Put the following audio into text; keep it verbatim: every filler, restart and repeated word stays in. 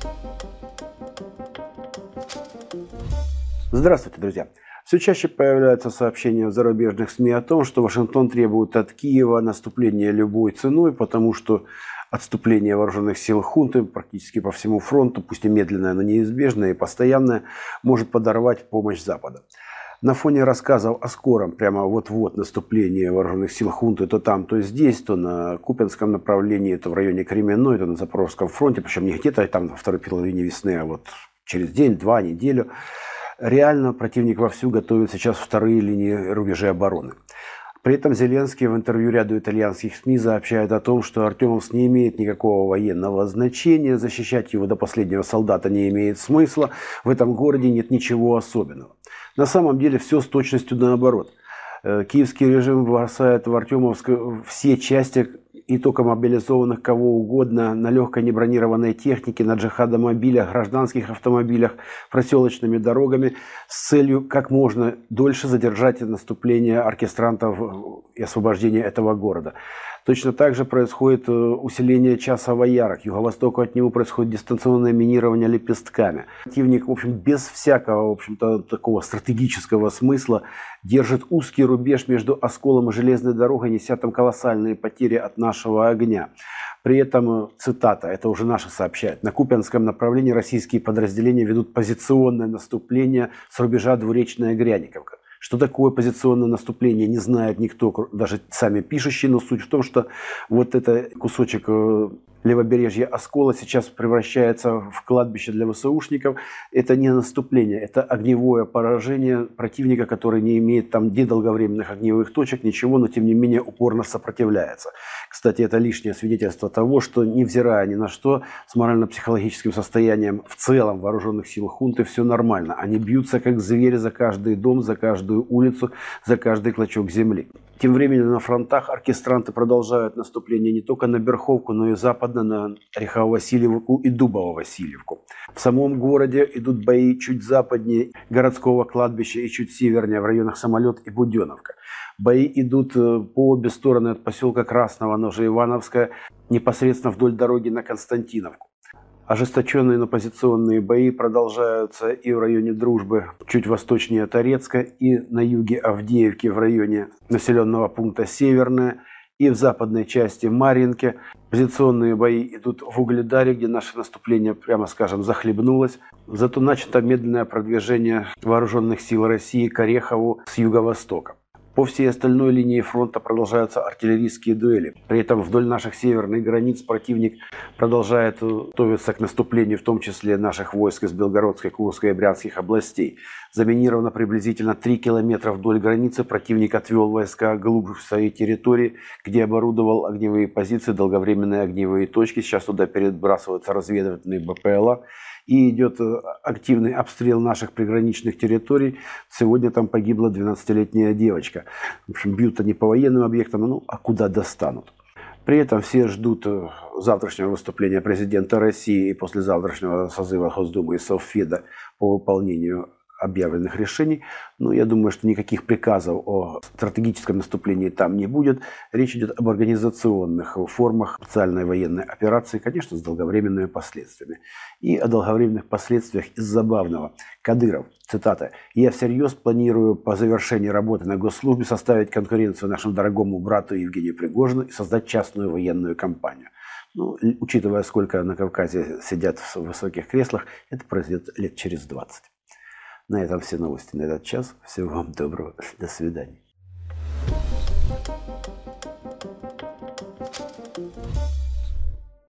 Здравствуйте, друзья! Все чаще появляются сообщения в зарубежных СМИ о том, что Вашингтон требует от Киева наступления любой ценой, потому что отступление вооруженных сил хунты практически по всему фронту, пусть и медленное, но неизбежное и постоянное, может подорвать помощь Запада. На фоне рассказов о скором, прямо вот-вот наступлении вооруженных сил хунты то там, то здесь, то на Купянском направлении, то в районе Кременной, то на Запорожском фронте, причем не где-то там во второй половине весны, а вот через день, два, неделю, реально противник вовсю готовит сейчас вторые линии рубежей обороны. При этом Зеленский в интервью ряду итальянских СМИ сообщает о том, что Артемовск не имеет никакого военного значения, защищать его до последнего солдата не имеет смысла, в этом городе нет ничего особенного. На самом деле все с точностью наоборот. Киевский режим бросает в Артемовск все части и только мобилизованных кого угодно на легкой небронированной технике, на джихадомобилях, гражданских автомобилях, проселочными дорогами с целью как можно дольше задержать наступление оркестрантов и освобождение этого города. Точно так же происходит усиление Часова Яра. К юго-востоку от него происходит дистанционное минирование лепестками. Противник, в общем, без всякого, в общем-то, такого стратегического смысла держит узкий рубеж между Осколом и железной дорогой, неся там колоссальные потери от нашего огня. При этом, цитата, это уже наши сообщают, на Купянском направлении российские подразделения ведут позиционное наступление с рубежа Двуречная Гряниковка. Что такое позиционное наступление, не знает никто, даже сами пишущие, но суть в том, что вот этот кусочек левобережья Оскола сейчас превращается в кладбище для ВСУшников. Это не наступление, это огневое поражение противника, который не имеет там ни долговременных огневых точек, ничего, но тем не менее упорно сопротивляется. Кстати, это лишнее свидетельство того, что, невзирая ни на что, с морально-психологическим состоянием в целом вооруженных сил хунты все нормально. Они бьются как звери за каждый дом, за каждую улицу, за каждый клочок земли. Тем временем на фронтах оркестранты продолжают наступление не только на Берховку, но и западно на Рехово-Васильевку и Дубово-Васильевку. В самом городе идут бои чуть западнее городского кладбища и чуть севернее в районах Самолет и Буденновка. Бои идут по обе стороны от поселка Красного, Ножеивановская, непосредственно вдоль дороги на Константиновку. Ожесточенные, но позиционные бои продолжаются и в районе Дружбы, чуть восточнее Торецка, и на юге Авдеевки в районе населенного пункта Северное, и в западной части Марьинки. Позиционные бои идут в Угледаре, где наше наступление, прямо скажем, захлебнулось. Зато начато медленное продвижение вооруженных сил России к Орехову с юго-востока. По всей остальной линии фронта продолжаются артиллерийские дуэли. При этом вдоль наших северных границ противник продолжает готовиться к наступлению, в том числе наших войск из Белгородской, Курской и Брянских областей. Заминировано приблизительно три километра вдоль границы. Противник отвел войска глубже в своей территории, где оборудовал огневые позиции, долговременные огневые точки. Сейчас туда перебрасываются разведывательные БПЛА. И идет активный обстрел наших приграничных территорий. Сегодня там погибла двенадцатилетняя девочка. В общем, бьют они по военным объектам, ну а куда достанут. При этом все ждут завтрашнего выступления президента России и послезавтрашнего созыва Госдумы и Совфеда по выполнению объявленных решений. Но я думаю, что никаких приказов о стратегическом наступлении там не будет. Речь идет об организационных формах специальной военной операции, конечно, с долговременными последствиями. И о долговременных последствиях из забавного. Кадыров, цитата, «Я всерьез планирую по завершении работы на госслужбе составить конкуренцию нашему дорогому брату Евгению Пригожину и создать частную военную компанию». Ну, учитывая, сколько на Кавказе сидят в высоких креслах, это произойдет лет через двадцать. На этом все новости на этот час. Всего вам доброго. До свидания.